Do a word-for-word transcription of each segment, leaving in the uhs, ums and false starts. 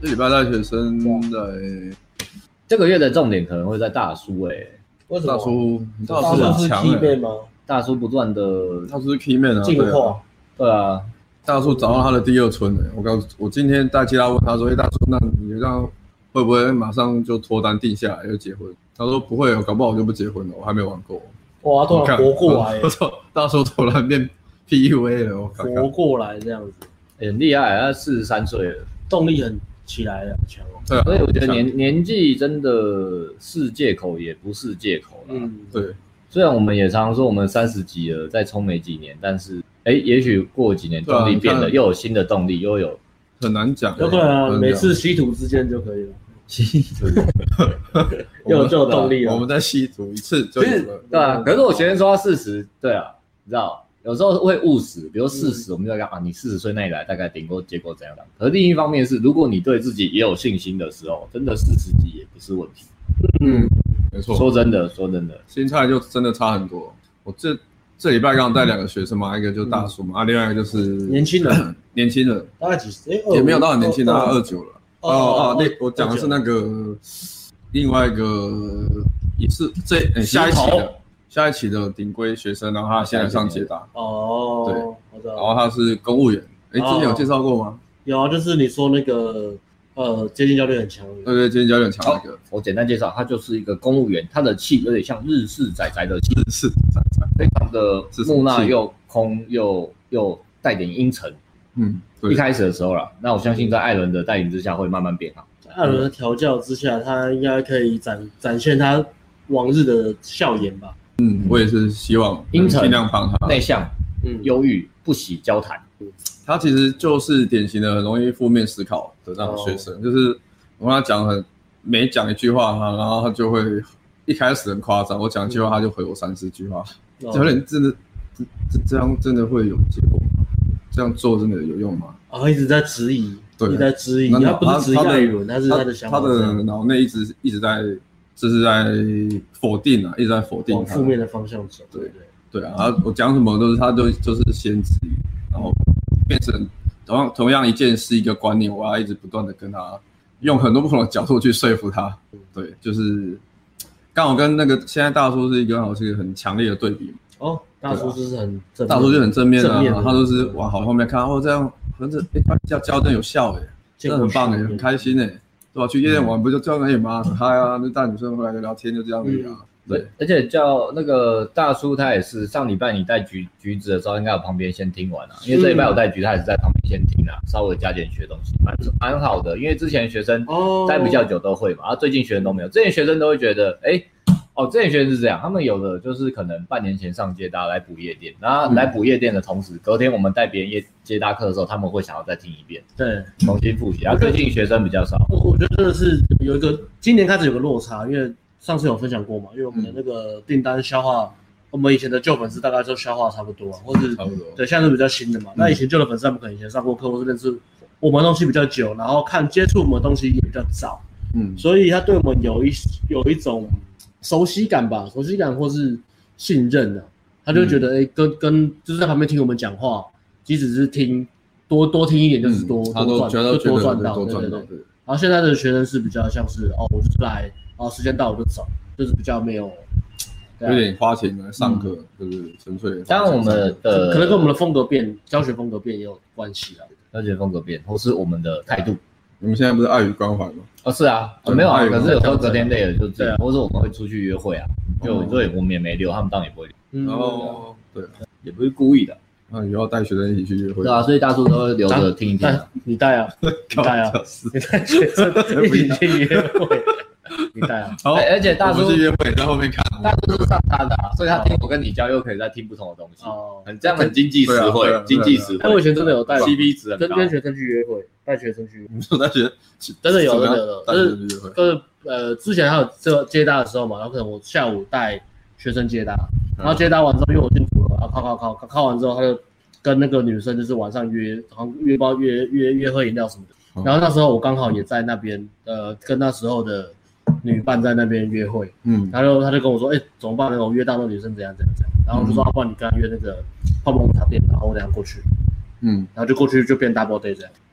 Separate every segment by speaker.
Speaker 1: 礼拜带学生在
Speaker 2: 这个月的重点可能会在大叔哎、欸，
Speaker 3: 为什么？
Speaker 1: 大叔，
Speaker 3: 大叔是 key man 吗？
Speaker 2: 大叔不断的
Speaker 1: 大叔是 key man 啊，
Speaker 3: 进化。
Speaker 2: 对啊，
Speaker 1: 大叔找到他的第二春哎、欸，我告诉我今天带接他问他说，哎、欸，大叔，那你这样会不会马上就脱单定下来就结婚？他说不会，搞不好我就不结婚了，我还没玩够。
Speaker 3: 哇，突然活过来、欸，
Speaker 1: 我操，大叔突然变 P U A 了，我
Speaker 3: 活过来这样子，
Speaker 2: 很厉害，他四十三岁了，
Speaker 3: 动力很起来了，很强哦。
Speaker 1: 对啊，
Speaker 2: 所以我觉得年年纪真的是借口，也不是借口啦。
Speaker 3: 嗯，
Speaker 1: 对。
Speaker 2: 虽然我们也常说我们三十几了，再冲没几年，但是哎，也许过几年动力变了，又有新的动力，又有
Speaker 1: 很难讲，
Speaker 3: 有可能啊，每次稀土之间就可以了。
Speaker 2: 稀土，
Speaker 3: 又有就有动力了。
Speaker 1: 我们再稀土一次就有了。
Speaker 2: 对啊，可是我学生说他四十，对啊，你知道，有时候会务实，比如四十，我们就讲啊，你四十岁那一来大概顶多结果怎样的。可是另一方面是，如果你对自己也有信心的时候，真的四十几也不是问题。
Speaker 1: 嗯，没错。
Speaker 2: 说真的，说真的，
Speaker 1: 心态就真的差很多。我这这礼拜刚好带两个学生嘛，一个就是大叔嘛，啊，另外一个就是
Speaker 3: 年轻人，
Speaker 1: 年轻人，
Speaker 3: 大概几十，
Speaker 1: 也没有到很年轻的，二九了。哦哦，那我讲的是那个另外一个也是这下一期的下一期的顶规学生，然后他现在上捷达。
Speaker 3: 哦，
Speaker 1: 对，
Speaker 3: 我知道。
Speaker 1: 然后他是公务员，哎，之前有介绍过吗？
Speaker 3: 有啊，就是你说那个呃，接近教练很强。
Speaker 1: 对对，接近教练很强那个。
Speaker 2: 我简单介绍，他就是一个公务员，他的气有点像日式仔仔的气，
Speaker 1: 日式仔仔，
Speaker 2: 非常的木讷又空又又带点阴沉。
Speaker 1: 嗯，
Speaker 2: 一开始的时候啦，那我相信在艾伦的带领之下会慢慢变好。
Speaker 3: 在艾伦的调教之下，他应该可以展展现他往日的笑颜吧。
Speaker 1: 嗯，我也是希望
Speaker 2: 阴沉、
Speaker 1: 尽量帮他。
Speaker 2: 内向、
Speaker 3: 嗯，
Speaker 2: 忧郁、不喜交谈。
Speaker 1: 他其实就是典型的很容易负面思考的那种学生，哦、就是我跟他讲很每讲一句话，然后他就会一开始很夸张，我讲一句话他就回我三四句话。教、哦、练真的这这样真的会有结果吗？这样做真的有用吗？
Speaker 3: 啊，一直在质疑，
Speaker 1: 对，
Speaker 3: 一直在质疑。他不是质疑艾伦，他是他的想法。
Speaker 1: 他的脑内一直一直在，就是在否定啊，一直在否定，
Speaker 3: 往负面的方向走。
Speaker 1: 对对对啊，他我讲什么都是他都就是先质疑，然后变成同样同样一件事一个观念，我要一直不断的跟他用很多不同的角度去说服他。对，就是刚好跟那个现在大叔是一个刚好是一个很强烈的对比。
Speaker 3: 哦，大叔就是很正面，
Speaker 1: 大叔就很正面啊，
Speaker 3: 面
Speaker 1: 他都是往好后面看，哦这样，反正哎教教真有效哎，真的很棒哎，很开心哎，对吧？去夜店玩不就教而已吗？很嗨啊，那大女生回来聊聊天就这样而已啊。嗯、对，
Speaker 2: 而且叫那个大叔他也是上礼拜你带橘橘子的时候，应该有旁边先听完啊，因为这礼拜我带橘他也是在旁边先听啊，稍微加点学东西，蛮蛮好的。因为之前学生待比较久都会嘛，然后最近学生都没有，之前学生都会觉得哎。欸哦，之前学生是这样，他们有的就是可能半年前上接搭来补夜店，然后来补夜店的同时，隔天我们带别人夜接搭课的时候，他们会想要再听一遍，
Speaker 3: 对，
Speaker 2: 重新复习。然后最近学生比较少，
Speaker 3: 我我觉得真的是有一个今年开始有个落差，因为上次有分享过嘛，因为我们的那个订单消化，嗯、我们以前的旧粉丝大概就消化差不多啊，或是
Speaker 1: 差不多，
Speaker 3: 对，现在是比较新的嘛。嗯、那以前旧的粉丝他们可能以前上过课，或是认识我们的东西比较久，然后看接触我们的东西也比较早，嗯，所以他对我们有一有一种熟悉感吧，熟悉感或是信任啊，他就会觉得哎、嗯欸，跟跟就是在旁边听我们讲话，即使是听多多听一点就是多、嗯、多赚，就多赚到，对对对。然后现在的学生是比较像是哦，我就来，哦时间到我就走，就是比较没有，
Speaker 1: 啊、有点花钱来上课，嗯、就是纯粹。
Speaker 2: 当然我们的
Speaker 3: 可能跟我们的风格变，教学风格变也有关系啦，
Speaker 2: 教学风格变，或是我们的态度。
Speaker 1: 你们现在不是爱与关怀吗？
Speaker 2: 哦，是啊，哦、没有啊，可是有时候隔天累了就这样，或者我们会出去约会啊，就所以我们也没留，他们当然也不会留。
Speaker 1: 然后对，
Speaker 2: 也不是故意的。
Speaker 1: 那以后带学生一起去约会。
Speaker 2: 对啊，所以大叔都会留着听一听、啊。
Speaker 3: 你带啊，你带啊，你带学生一起去约会。你带啊，
Speaker 2: 好，而且大叔
Speaker 1: 去约会在后面看，
Speaker 2: 大叔是上他的、啊，所以他听我跟你教，又可以再听不同的东西，哦，很这样很经济实惠，啊啊、经济实惠。
Speaker 3: 我以前真的有带
Speaker 2: C P 值很高，
Speaker 3: 跟跟学生去约会，带学生去，
Speaker 1: 你说带学
Speaker 3: 真的有，真的有，就是就是呃，之前还有这个接搭的时候嘛，然后可能我下午带学生接搭，然后接搭完之后，因为我进组了，然后考考考考考完之后，他就跟那个女生就是晚上约，好像约包约约约喝饮料什么的，然后那时候我刚好也在那边，呃，跟那时候的女伴在那边约会，嗯，他就他就跟我说，哎、欸，怎么办呢？我约到那个女生怎样怎样怎样，然后我就说，要、嗯啊、不然你跟他约那个泡沫茶店，然后我等下过去，嗯，然后就过去就变 double day 这样，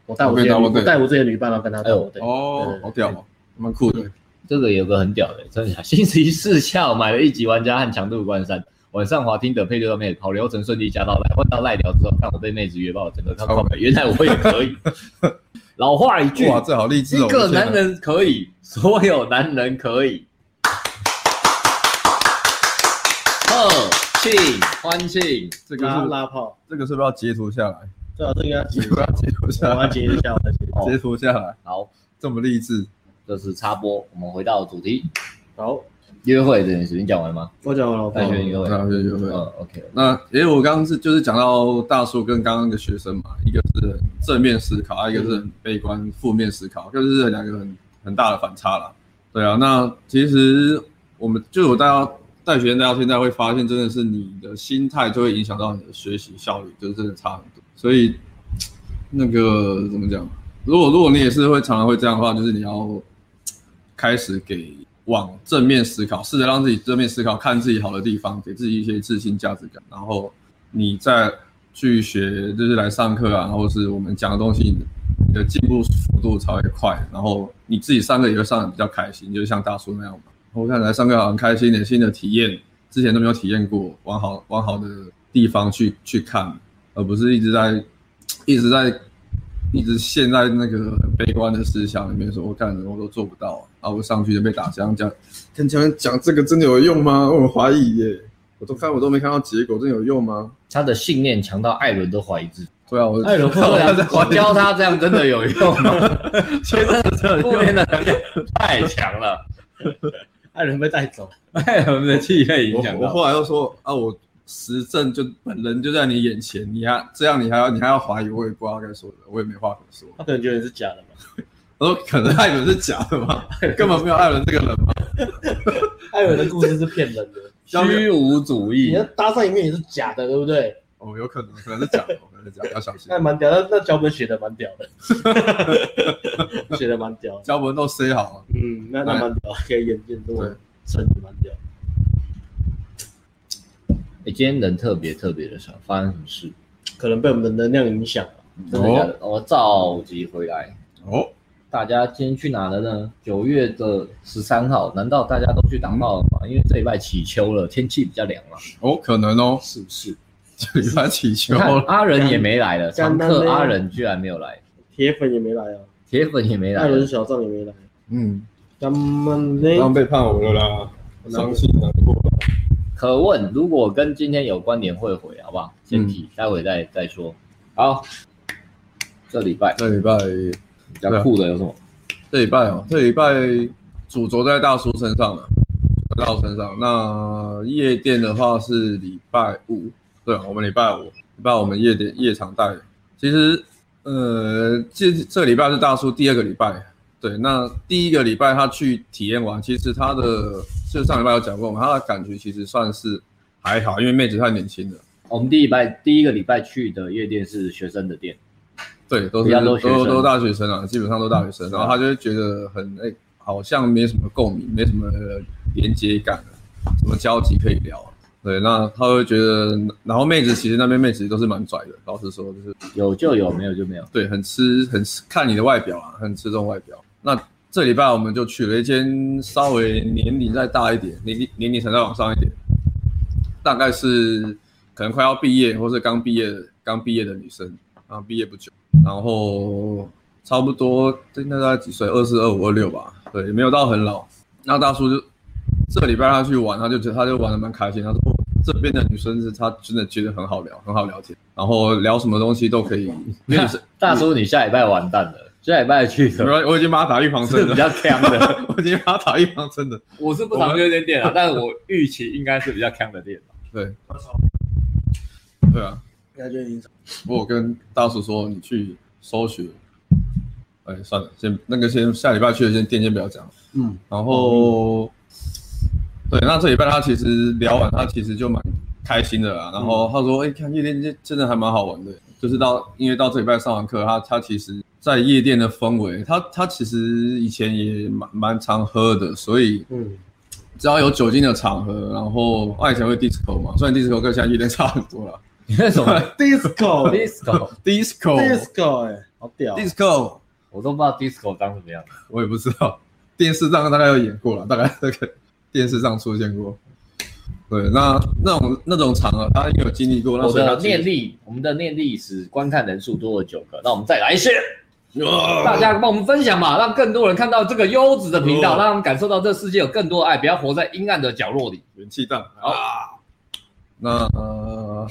Speaker 3: 我带我这些，我带我这些女伴，然后跟他 double date。
Speaker 1: 哦，好屌哦，蛮酷的。
Speaker 2: 这个有个很屌的，真的，星期四下午买了一级玩家和强度关山，晚上滑听的配对到妹子，跑流程顺利加到赖，换到赖聊之后，看我被妹子约爆，整个看靠北，原来我也可以。老话一句，
Speaker 1: 哇，这好励志哦！
Speaker 2: 一个男人可以，所有男人可以。贺庆欢庆，
Speaker 1: 这个是
Speaker 3: 拉炮，
Speaker 1: 这个是不是要截图下来？
Speaker 3: 对啊，这个要截
Speaker 1: 图，要截图下来，
Speaker 3: 我要截一下，我要截
Speaker 1: 截图下来。
Speaker 2: 好，
Speaker 1: 这么励志。
Speaker 2: 这是插播，我们回到主题。
Speaker 3: 好，
Speaker 2: 约会这件事，你讲完吗？
Speaker 3: 我讲完了。
Speaker 2: 大学约会，
Speaker 1: 大学约会。
Speaker 2: 嗯 ，OK。
Speaker 1: 那因为我刚刚是就是讲到大叔跟刚刚的学生嘛，一个是正面思考，一个是很悲观负面思考，就是两个很很大的反差啦。对啊，那其实我们就有大家带学生带到现在会发现，真的是你的心态就会影响到你的学习效率，就是真的差很多。所以那个怎么讲？如果如果你也是会常常会这样的话，就是你要开始给往正面思考，试着让自己正面思考，看自己好的地方，给自己一些自信、价值感，然后你再去学，就是来上课啊，或是我们讲的东西，你的进步幅度才会快，然后你自己上课也会上得比较开心，就像大叔那样嘛。我看来上课好像开心一点，新的体验，之前都没有体验过，往好往好的地方去去看，而不是一直在一直在。一直陷在那个很悲观的思想里面，说我干的我都做不到，然后我上去就被打枪，讲跟教练讲这个真的有用吗？我怀疑耶，我都看我都没看到结果，真的有用吗？
Speaker 2: 他的信念强到艾伦都怀疑自己。
Speaker 1: 对啊，我
Speaker 3: 艾伦
Speaker 2: 我教他这样真的有用吗？其实负面的能量太强了，
Speaker 3: 艾伦被带走，
Speaker 2: 艾伦的气被影响到。
Speaker 1: 我, 我后来又说啊，我实证就本人就在你眼前，你还这样，你还要你还要怀疑，我也不知道该说的，我也没话可说。
Speaker 3: 他可能觉得你是假的嘛？
Speaker 1: 我说可能艾伦是假的嘛，根本没有艾伦这个人嘛。
Speaker 3: 艾伦的故事是骗人的，
Speaker 2: 虚无主义。
Speaker 3: 你的搭讪里面也是假的，对不对？
Speaker 1: 哦，有可能，可能是假的，可能是假的，要小心。
Speaker 3: 那蛮屌，那那脚本写的蛮屌的，写的蛮屌，
Speaker 1: 脚本都塞好了。
Speaker 3: 嗯，那那蛮屌，可以演变这么深，蛮屌。
Speaker 2: 欸、今天人特别特别的少，发生什么事？
Speaker 3: 可能被我们的能量影响了。
Speaker 2: 真的假的？我、哦、召集回来。
Speaker 1: 哦，
Speaker 2: 大家今天去哪了呢？九月的十三号，难道大家都去打炮了吗？嗯、因为这礼拜起秋了，天气比较凉了。
Speaker 1: 哦，可能哦，
Speaker 2: 是不是？
Speaker 1: 这礼拜起秋了，
Speaker 2: 阿仁也没来了，常客阿仁居然没有来，
Speaker 3: 铁粉也没来啊，
Speaker 2: 铁粉也没来，
Speaker 3: 艾伦小张也没来。
Speaker 1: 嗯，
Speaker 3: 他们呢？
Speaker 1: 刚背叛我了啦，伤心难过。
Speaker 2: 可问，如果跟今天有关联会回，好不好？先提，嗯、待会再再说。好，这礼拜，
Speaker 1: 这礼拜
Speaker 2: 比较酷的有什么？
Speaker 1: 这礼拜哦，这礼拜主轴在大叔身上了，在大叔身上。那夜店的话是礼拜五，对，我们礼拜五，礼拜五我们夜店夜场带。其实，呃，这这个礼拜是大叔第二个礼拜。对，那第一个礼拜他去体验完，其实他的就上礼拜有讲过嘛，他的感觉其实算是还好，因为妹子太年轻了。
Speaker 2: 我们第一礼拜第一个礼拜去的夜店是学生的店，
Speaker 1: 对，都是都都都大学生啊，基本上都大学生，然后他就会觉得很哎、欸，好像没什么共鸣，没什么连接感，什么交集可以聊。对，那他会觉得，然后妹子其实那边妹子都是蛮拽的，老实说就是
Speaker 2: 有就有，没有就没有。
Speaker 1: 对，很吃很吃看你的外表啊，很吃重外表。那这礼拜我们就去了一间稍微年龄再大一点，年龄年龄层再往上一点，大概是可能快要毕业或是刚毕业刚毕业的女生，刚毕业不久，然后差不多那大概几岁，二四、二五、二六吧，对，也没有到很老。那大叔就这个礼拜他去玩，他就觉得他就玩得蛮开心，他说这边的女生是他真的觉得很好聊，很好聊天，然后聊什么东西都可以。
Speaker 2: 大叔，你下礼拜完蛋了。下礼拜去的，
Speaker 1: 我已经帮他打预防针了，
Speaker 2: 是比较强的。
Speaker 1: 我已经帮他打预防针了。
Speaker 2: 我是不常去这间店啊，但是我预期应该是比较强的店。
Speaker 1: 对，对啊。
Speaker 3: 感觉你
Speaker 1: 我跟大叔说，你去搜寻。哎，算了，先那个先下礼拜去的先店先不要讲。嗯，然后，嗯、对，那这礼拜他其实聊完，他其实就蛮开心的啦。然后他说，哎、欸，看夜店真的还蛮好玩的。就是到，因为到这礼拜上完课，他他其实，在夜店的氛围，他他其实以前也蛮蛮常喝的，所以，嗯，只要有酒精的场合，然后他以前会 disco 嘛，虽然 disco 跟现在夜店差很多啦，
Speaker 2: 你那什么
Speaker 3: disco
Speaker 2: disco
Speaker 1: disco
Speaker 3: disco 哎、欸，好屌
Speaker 1: disco，
Speaker 2: 我都不知道 disco 长什么样，
Speaker 1: 我也不知道，电视上大概有演过了，大概那个电视上出现过。对，那那种那种场合，他应该有经历过。
Speaker 2: 我的念力，我们的念力使观看人数多了九个，那我们再来一些。大家帮我们分享嘛，让更多人看到这个优质的频道，让他们感受到这世界有更多的爱，不要活在阴暗的角落里。
Speaker 1: 元气弹啊！那呃，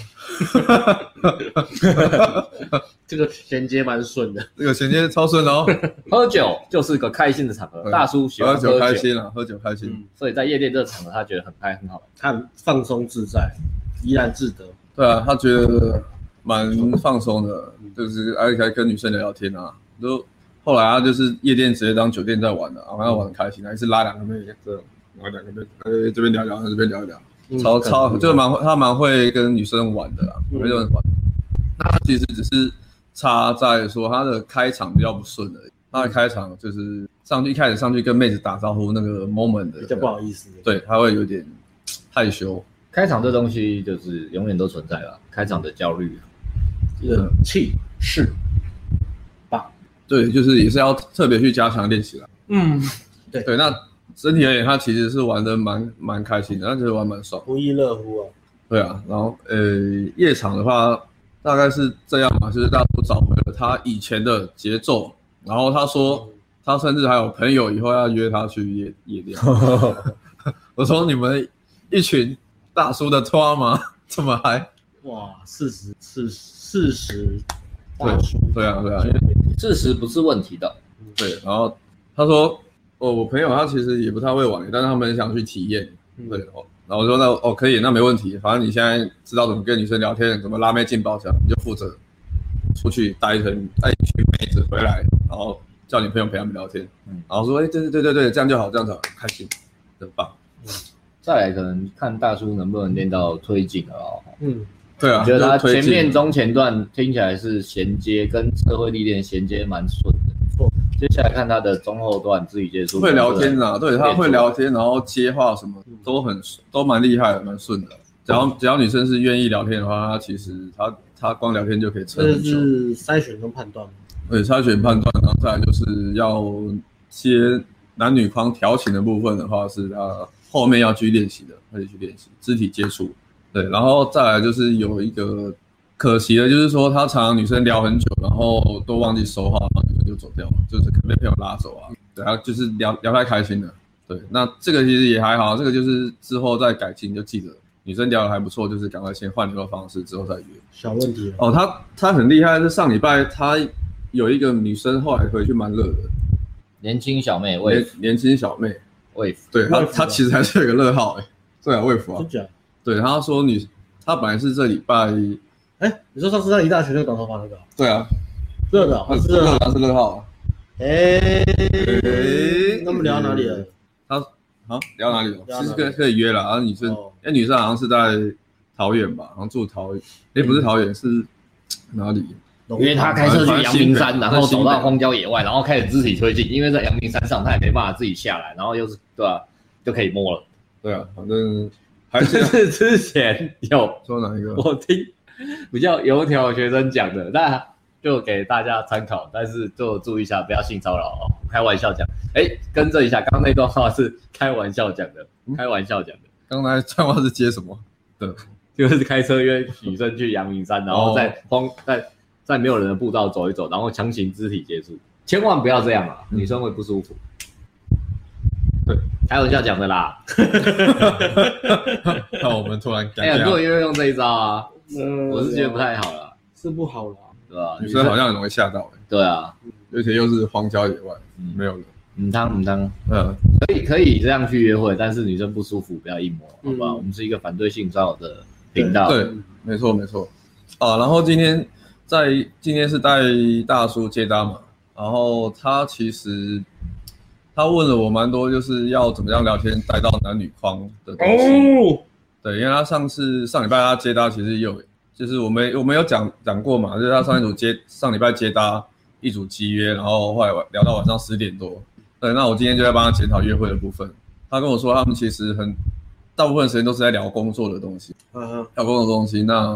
Speaker 3: 这个衔接蛮顺的，
Speaker 1: 这个衔接超顺哦。
Speaker 2: 喝酒就是个开心的场合，大叔喜欢喝酒，
Speaker 1: 喝酒开心啊，喝酒开心、嗯。
Speaker 2: 所以在夜店这个场合，他觉得很嗨很好，
Speaker 3: 他放松自在，怡然自得。
Speaker 1: 对啊，他觉得蛮放松的，就是还可以跟女生聊聊天啊。就后来他就是夜店直接当酒店在玩的，然后他玩很开心，还是拉两个妹这样，然后两个妹呃这边聊聊，这边聊一聊，嗯、超超就是蛮他蛮会跟女生玩的啦，蛮会玩。那他其实只是差在说他的开场比较不顺而已，他的开场就是上去一开始上去跟妹子打招呼那个 moment 的
Speaker 3: 比较不好意思，
Speaker 1: 对，他会有点害羞。
Speaker 2: 开场这东西就是永远都存在了，开场的焦虑，
Speaker 3: 人气势。
Speaker 1: 对，就是也是要特别去加强练习啦。
Speaker 3: 嗯，对
Speaker 1: 对，那整体而言，他其实是玩的蛮蛮开心的，他觉得玩蛮爽，
Speaker 3: 不亦乐乎啊。
Speaker 1: 对啊，然后呃，夜场的话大概是这样嘛，就是大叔找回了他以前的节奏，然后他说他甚至还有朋友以后要约他去夜夜店。我说你们一群大叔的拖吗？这么嗨？
Speaker 3: 哇，四十四四十。
Speaker 1: 对对啊对啊，
Speaker 2: 事实不是问题的。
Speaker 1: 对，然后他说，哦，我朋友他其实也不太会玩，但是他们很想去体验。对，哦，然后我说那哦可以，那没问题，反正你现在知道怎么跟女生聊天，怎么拉妹进包厢，你就负责出去带一群带一群妹子回来，然后叫你朋友陪他们聊天，嗯、然后说，哎，对对对对对，这样就好，这样就好，开心，很棒。
Speaker 2: 嗯、再来可能看大叔能不能练到推进了哦。嗯。
Speaker 1: 对啊，
Speaker 2: 我觉得他前面中前段听起来是衔接跟社会历练衔接蛮顺的，错。接下来看他的中后段肢体接触，
Speaker 1: 会聊天啊，对，他会聊天，然后接话什么都很都蛮厉害的，蛮顺的。只要只要女生是愿意聊天的话，他其实他他光聊天就可以撑很久。
Speaker 3: 这是筛选跟判断。
Speaker 1: 对，筛选判断，然后再来就是要接男女框调情的部分的话，是他后面要去练习的，可以去练习肢体接触。对，然后再来就是有一个可惜的，就是说他常常女生聊很久，然后都忘记收话，然后女生就走掉了，就是可能被朋友拉走啊。对，他就是聊聊太开心了。对，那这个其实也还好，这个就是之后再改进，就记得女生聊得还不错，就是赶快先换一个方式，之后再约。
Speaker 3: 小问题
Speaker 1: 哦，他他很厉害，是上礼拜他有一个女生后来回去蛮热的，
Speaker 2: 年轻小妹，
Speaker 1: 年年轻小妹，
Speaker 2: 魏福，
Speaker 1: 对他他其实还是有一个热号哎、欸，对啊，魏福啊，
Speaker 3: 真假？
Speaker 1: 对，他说女，他本来是这礼拜，
Speaker 3: 哎、欸，你说上次在宜大学那个短头发那个？
Speaker 1: 对啊，
Speaker 3: 热的，
Speaker 1: 他是热的，他是热号。
Speaker 3: 哎、欸，那我们聊到哪里了？
Speaker 1: 他啊，聊哪里了？其实可以可以约了，然后女生，哎、哦欸，女生好像是在桃园吧，好像住桃园，哎、欸，不是桃园，是哪里？
Speaker 2: 因为他开车去阳明山，然后走到荒郊野外，然后开始肢体推进，因为在阳明山上他也没办法自己下来，然后又是对啊，就可以摸了。
Speaker 1: 对啊，反正。
Speaker 2: 还是之前有
Speaker 1: 说哪一个？
Speaker 2: 我听比较油条学生讲的，那就给大家参考，但是就注意一下，不要性骚扰哦。开玩笑讲，哎，更正一下，刚刚那段话是开玩笑讲的，开玩笑讲的。
Speaker 1: 刚才段话是接什么？对，
Speaker 2: 就是开车约女生去阳明山，然后在荒在在没有人的步道走一走，然后强行肢体接触，千万不要这样啊，嗯、女生会不舒服。对，开玩笑讲的啦。
Speaker 1: 那我们突然改，
Speaker 2: 哎、欸，很多人会用这一招啊，嗯、我是觉得不太好啦，
Speaker 3: 是不好啦，
Speaker 2: 对吧、啊？
Speaker 1: 女生好像很容易吓到、欸，
Speaker 2: 对啊，
Speaker 1: 而且又是荒郊野外，嗯、没有人，
Speaker 2: 唔汤唔汤，嗯，可以可以这样去约会，但是女生不舒服不要硬摸，好不好？嗯、我们是一个反对性骚扰的频道，
Speaker 1: 对，没错没错。啊，然后今天在今天是带大叔接单嘛，然后他其实。他问了我蛮多，就是要怎么样聊天带到男女框的东西。哦，对，因为他上次上礼拜他接搭其实有，就是我们我们有讲讲过嘛，就是他上一组接上礼拜接搭一组机约，然后后来聊到晚上十点多。对，那我今天就在帮他检讨约会的部分。他跟我说，他们其实很大部分时间都是在聊工作的东西，嗯，聊工作的东西。那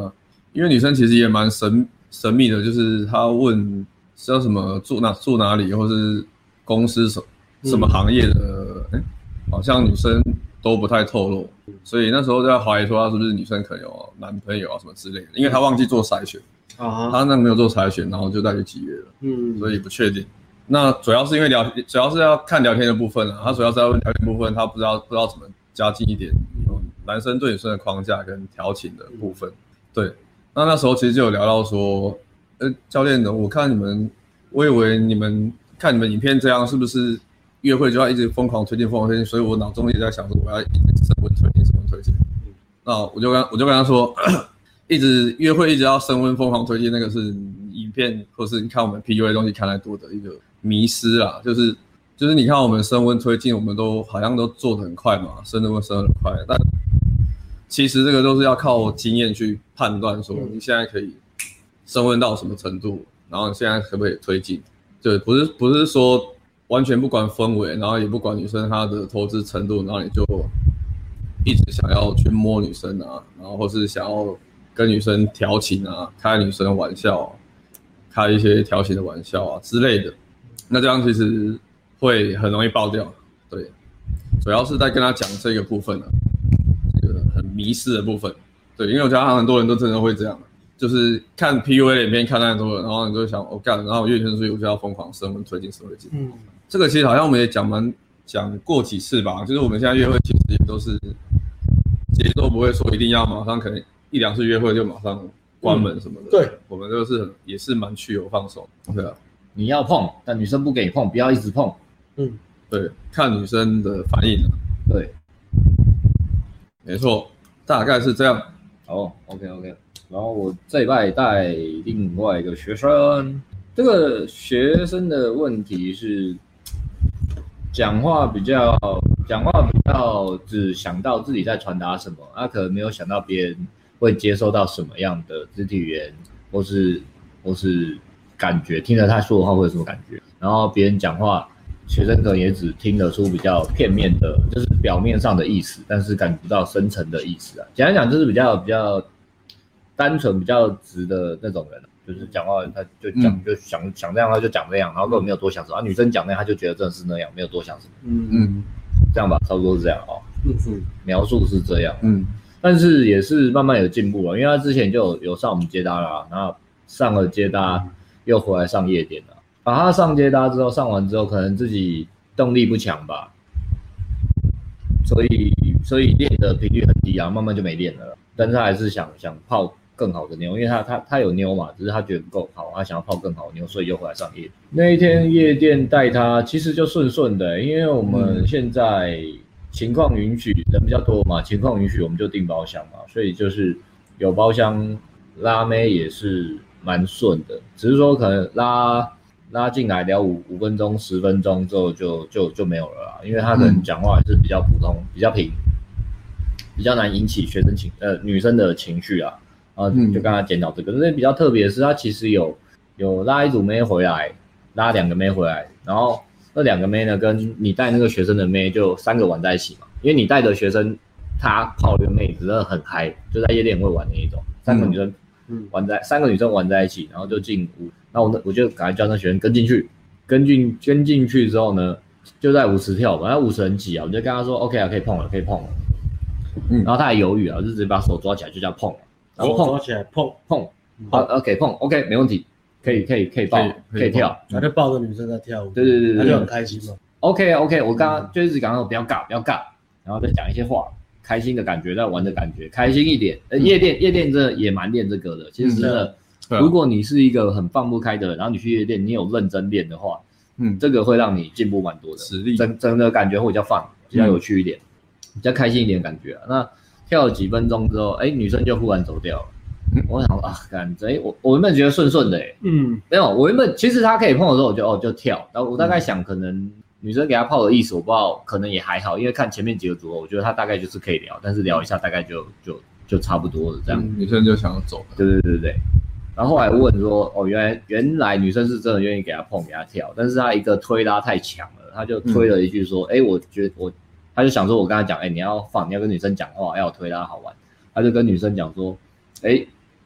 Speaker 1: 因为女生其实也蛮神神秘的，就是她问是要什么住哪住哪里，或是公司什什么行业的，哎、嗯，好像女生都不太透露，所以那时候在怀疑说她是不是女生可能有男朋友啊什么之类的，因为她忘记做筛选，啊，她那个没有做筛选，然后就带去集约了，嗯，所以不确定。那主要是因为聊，主要是要看聊天的部分啊，她主要是要问聊天部分，她不知道不知道怎么加进一点男生对女生的框架跟调情的部分，对。那那时候其实就有聊到说，呃，教练的，我看你们，我以为你们看你们影片这样，是不是约会就要一直疯狂推进、疯狂推进？所以我脑中一直在想说，我要一直升温推进、升温推进。那我就跟我就跟他说，一直约会一直要升温、疯狂推进，那个是影片或是你看我们 P U A 的东西看太多的一个迷思啦，就是就是你看我们升温推进，我们都好像都做得很快嘛，升温升得很快，但其实这个都是要靠经验去判断，说你现在可以升温到什么程度，然后你现在可不可以推进？对，不是不是说完全不管氛围，然后也不管女生她的投资程度，然后你就一直想要去摸女生啊，然后或是想要跟女生调情啊，开女生的玩笑、啊，开一些调情的玩笑啊之类的，那这样其实会很容易爆掉。对，主要是在跟他讲这个部分啊。很迷失的部分，对，因为我觉得很多人都真的会这样，就是看 P U A 的影片看太多了，然后你就想我干、哦，然后约女生出去我就要疯狂升温推进升温推进。嗯，这个其实好像我们也讲蛮讲过几次吧，就是我们现在约会其实也都是节奏不会说一定要马上可能一两次约会就马上关门什么的。嗯、对，我们就是很也是蛮去油放手。对啊，
Speaker 2: 你要碰，但女生不给你碰，不要一直碰。
Speaker 1: 嗯，对，看女生的反应、啊。
Speaker 2: 对。
Speaker 1: 没错，大概是这样。
Speaker 2: 哦 ，OK OK。然后我这礼拜带另外一个学生，这个学生的问题是讲话比较讲话比较只想到自己在传达什么，他、啊、可能没有想到别人会接收到什么样的肢体语言，或是或是感觉，听了他说的话会有什么感觉。然后别人讲话。学生可能也只听得出比较片面的，就是表面上的意思，但是感觉不到深层的意思啊。简单讲就是比较比较单纯、比较直的那种人，就是讲话他就讲、嗯、就想想这样他就讲这样，然后根本没有多想什么。啊，女生讲那样他就觉得真的是那样，没有多想什么。嗯嗯，这样吧，差不多是这样哦。嗯嗯，描述是这样。嗯，但是也是慢慢有进步了，因为他之前就有有上我们接搭啦，然后上了接搭又回来上夜店了。把他上接搭之后，上完之后可能自己动力不强吧，所以所以练的频率很低啊，慢慢就没练了。但是他还是想想泡更好的妞，因为他他他有妞嘛，只是他觉得不够好，他想要泡更好的妞，所以又回来上夜。那一天夜店带他其实就顺顺的、欸，因为我们现在情况允许，人比较多嘛，情况允许我们就订包厢嘛，所以就是有包厢拉妹也是蛮顺的，只是说可能拉。拉进来聊五五分钟、十分钟之后就就就没有了啦，因为他可能讲话还是比较普通、比较平，比较难引起学生情呃女生的情绪啊，然后就跟他检讨这个。但是比较特别的是，他其实有有拉一组妹回来，拉两个妹回来，然后那两个妹呢跟你带那个学生的妹就三个玩在一起嘛，因为你带的学生他泡的妹子真的很嗨，就在夜店会玩的那一种，三个女生玩在、嗯、三个女生玩在一起，然后就进屋。那我我就赶快叫那学生跟进去，跟进跟进去之后呢，就在舞池跳嘛，那舞池很挤啊，我就跟他说 OK 啊，可以碰了，可以碰了。嗯，然后他还犹豫啊，我就直接把手抓起来，就叫碰了，然后碰
Speaker 3: 手抓起来碰
Speaker 2: 碰，好 OK 碰 OK 没问题，可以可以可以抱可以跳，
Speaker 3: 他就抱着女生在跳舞，
Speaker 2: 对对对对，
Speaker 3: 他就很开心嘛。
Speaker 2: OK OK， 我刚刚就一直讲说不要尬不要尬，然后再讲一些话，开心的感觉，在玩的感觉，开心一点。呃，夜店夜店真的也蛮练这个的，其实真的。如果你是一个很放不开的人，然后你去夜店，你有认真练的话，嗯，这个会让你进步蛮多的，
Speaker 1: 实力
Speaker 2: 整整个感觉会比较放，比较有趣一点，嗯、比较开心一点的感觉、啊。那跳了几分钟之后，哎，女生就忽然走掉了。嗯、我想啊，感觉我我原本觉得顺顺的、欸，嗯，没有，我原本其实她可以碰的时候，我就哦就跳，然后我大概想可能女生给她泡的意思，我不知道，可能也还好，因为看前面几个组合，我觉得她大概就是可以聊，但是聊一下大概就就就差不多了这样、
Speaker 1: 嗯。女生就想要走了。
Speaker 2: 对对对对对。然后后来问说，哦，原来原来女生是真的愿意给他碰给他跳，但是他一个推拉太强了，他就推了一句说，哎、嗯，我觉得我，他就想说我跟他讲，哎，你要放，你要跟女生讲话，要推拉好玩，他就跟女生讲说，哎，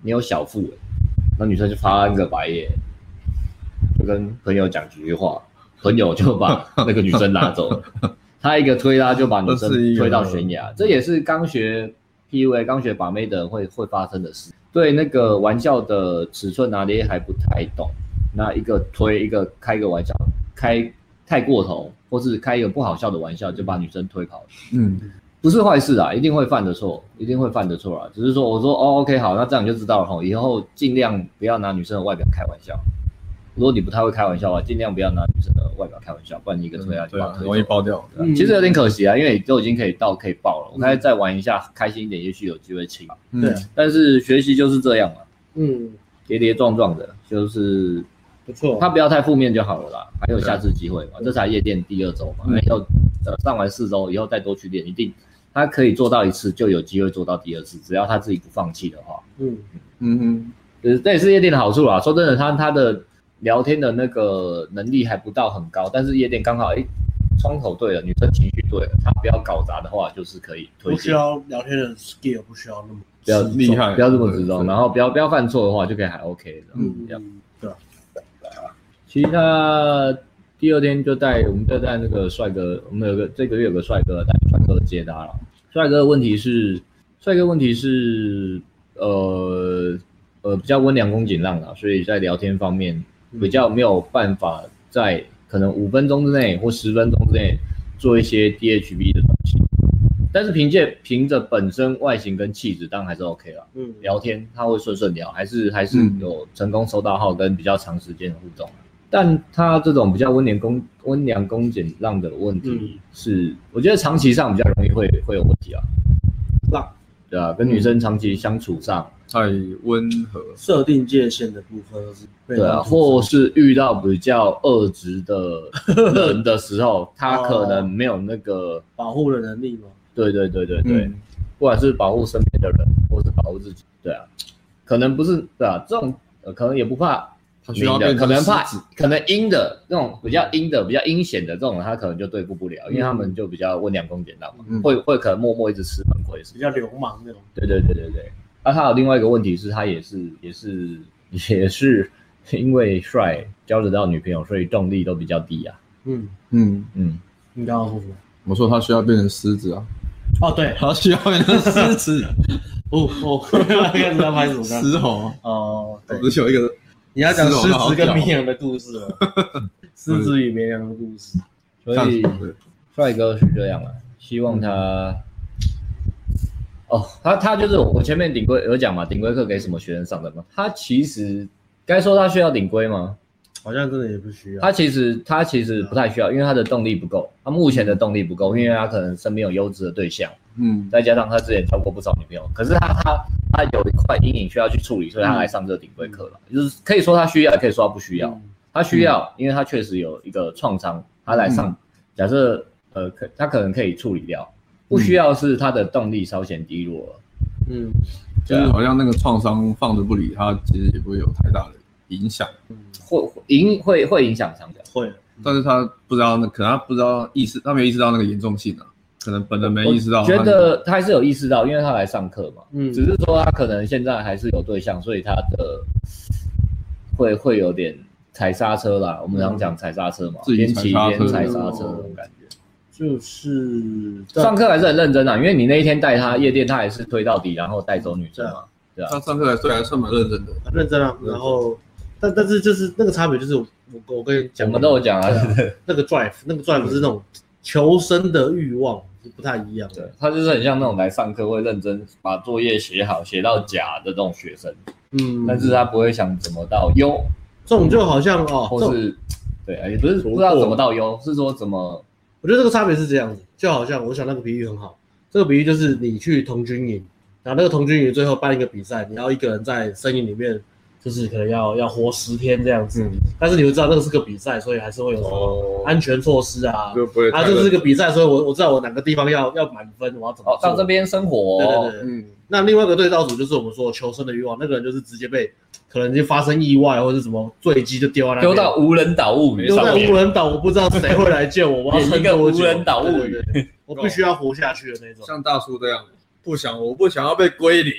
Speaker 2: 你有小腹了，那女生就翻个白眼，就跟朋友讲几句话，朋友就把那个女生拿走了，他一个推拉就把女生推到悬崖，这也是刚学 P U A、刚学把妹的人会会发生的事。对那个玩笑的尺寸拿捏还不太懂，那一个推一个开个玩笑，开太过头，或是开一个不好笑的玩笑，就把女生推跑了。嗯，不是坏事啊，一定会犯的错，一定会犯的错啊。只是说，我说哦 ，OK， 好，那这样你就知道了哈，以后尽量不要拿女生的外表开玩笑。如果你不太会开玩笑的话，尽量不要拿女生的外表开玩笑，不然你一个推下去，
Speaker 1: 很容易爆掉。
Speaker 2: 嗯、其实有点可惜啊，因为都已经可以到可以爆了，我开始再玩一下，开心一点，也许有机会清。
Speaker 3: 嗯、对，
Speaker 2: 但是学习就是这样嘛，
Speaker 3: 嗯，
Speaker 2: 跌跌撞撞的，就是
Speaker 3: 不错，
Speaker 2: 他不要太负面就好了啦，还有下次机会嘛，这才夜店第二周嘛，以后、嗯、呃上完四周以后再多去练，一定他可以做到一次，就有机会做到第二次，只要他自己不放弃的话。
Speaker 3: 嗯
Speaker 2: 嗯哼，就是这也是夜店的好处啦。说真的，他他的聊天的那个能力还不到很高，但是夜店刚好哎，窗口对了，女生情绪对了，他不要搞砸的话，就是可以推荐。
Speaker 3: 不需要聊天的 skill， 不需要那么
Speaker 2: 不要
Speaker 1: 厉害，
Speaker 2: 不要这么直中，然后不要不要犯错的话，就可以还 OK 的。
Speaker 3: 嗯，对。
Speaker 2: 其他第二天就带我们就带那个帅哥，我们有个这个月有个帅哥带帅哥接搭了。帅哥的问题是，帅哥问题是呃呃比较温良恭俭让啦，所以在聊天方面比较没有办法在可能五分钟之内或十分钟之内做一些 D H B 的东西。但是凭借凭着本身外形跟气质，当然还是 OK 啦。嗯，聊天他会顺顺聊，还是还是有成功收到号跟比较长时间的互动。但他这种比较温良恭温良恭俭让的问题是，嗯、我觉得长期上比较容易会会有问题啊。
Speaker 3: 让
Speaker 2: 对啊，跟女生长期相处上、
Speaker 1: 嗯、太温和，
Speaker 3: 设定界限的部分是
Speaker 2: 对啊，或是遇到比较恶质的人的时候，他可能没有那个
Speaker 3: 保护的能力吗？
Speaker 2: 对对对对对，嗯、不管是保护身边的人，或是保护自己，对啊，可能不是对啊，这种、呃、可能也不怕。
Speaker 1: 他需要
Speaker 2: 可能怕，可能阴的那种比较阴的、比较阴险的这种人，他可能就对付不了，因为他们就比较温良恭俭让嘛，嗯、会会可能默默一直吃闷亏，
Speaker 3: 比较流氓那种。
Speaker 2: 对对对对对。啊，他有另外一个问题是，他也是也是也是因为帅交得到女朋友，所以动力都比较低啊。
Speaker 3: 嗯
Speaker 2: 嗯嗯。
Speaker 3: 你刚刚说什么？
Speaker 1: 我说他需要变成狮子啊。
Speaker 3: 哦，对，
Speaker 1: 他需要变成狮子。
Speaker 3: 哦哦，看他拍什么？
Speaker 1: 狮吼。
Speaker 3: 哦，对，
Speaker 1: 不是有一个。
Speaker 3: 你要讲狮子跟绵羊的故事了，狮子与绵羊的故事。
Speaker 2: 所以帅哥是这样了，希望他，哦，他他就是我前面顶规有讲嘛，顶规课给什么学生上的吗？他其实该说他需要顶规吗？
Speaker 3: 好像真的也不需要。
Speaker 2: 他其实他其实不太需要，因为他的动力不够，他目前的动力不够，因为他可能身边有优质的对象，嗯，再加上他之前交过不少女朋友，可是他他他有一块阴影需要去处理，所以他来上这个顶规课了。嗯、就是可以说他需要，也可以说他不需要。嗯、他需要，嗯、因为他确实有一个创伤，他来上，嗯、假设呃可他可能可以处理掉。不需要是他的动力稍显低落了。嗯，
Speaker 1: 就是好像那个创伤放着不理他，其实也不会有太大的影响。
Speaker 2: 嗯，会影会会影响长久，
Speaker 3: 会，
Speaker 1: 但是他不知道那可能他不知道意识，他没意识到那个严重性啊。可能本人没意识到，
Speaker 2: 我觉得他还是有意识到，因为他来上课嘛。嗯，只是说他可能现在还是有对象，所以他的会会有点踩刹车啦。我们常讲踩刹车嘛，边骑边踩刹车那种感觉。
Speaker 3: 就是
Speaker 2: 上课还是很认真啊，因为你那一天带他夜店，他还是推到底，然后带走女生嘛。对啊，
Speaker 1: 他上课还是还算蛮认真的，
Speaker 3: 很认真啊。然后，但但是就是那个差别就是我我跟你讲，
Speaker 2: 我们都有讲啊，
Speaker 3: 那个 drive 那个 drive 是那种求生的欲望。不太一样，
Speaker 2: 对，他就是很像那种来上课会认真把作业写好，写到甲的这种学生，嗯，但是他不会想怎么到优，
Speaker 3: 这种就好像哦，
Speaker 2: 或是对，也不是不知道怎么到优，是说怎么，
Speaker 3: 我觉得这个差别是这样子，就好像我想那个比喻很好，这个比喻就是你去童军营，然后那个童军营最后办一个比赛，你要一个人在森林里面。就是可能要要活十天这样子，嗯、但是你会知道那个是个比赛，所以还是会有什么安全措施啊。
Speaker 1: 就不会
Speaker 3: 啊，这是个比赛，所以我我知道我哪个地方要要满分，我要怎么做。
Speaker 2: 哦，到这边生活、
Speaker 3: 哦。对对对，嗯。那另外一个对照组就是我们说求生的欲望，那个人就是直接被可能就发生意外或者是什么坠机就丢在那边，
Speaker 2: 丢到无人岛物语
Speaker 3: 丢在无人岛，我不知道谁会来救我，我要撑
Speaker 2: 一个无人岛物语，
Speaker 3: 我必须要活下去的那种。
Speaker 1: 像大叔这样，不想我不想要被归零。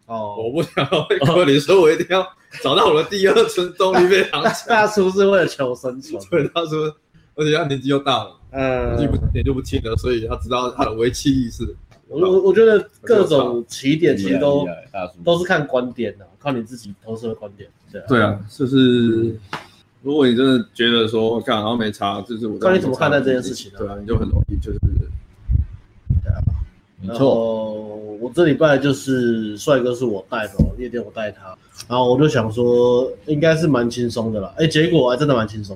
Speaker 3: 哦，
Speaker 1: 我不想要被克林，所以我一定要找到我的第二春动力非常强。
Speaker 3: 大叔是为了求生存，
Speaker 1: 对，大叔，而且他年纪又大了，
Speaker 3: 嗯，
Speaker 1: 年纪不年纪不轻了，所以他知道他的危机意识。
Speaker 3: 我我我觉得各种起点其实都都是看观点的，靠你自己投射的观点。对啊，
Speaker 1: 对啊，就是如果你真的觉得说干，然后没差，就是我
Speaker 3: 看你怎么看待这件事情。
Speaker 1: 对啊，你就很容易就是，
Speaker 3: 对啊，没错。我这礼拜就是帅哥是我带的，夜店我带他，然后我就想说应该是蛮轻松的啦，哎，结果还真的蛮轻松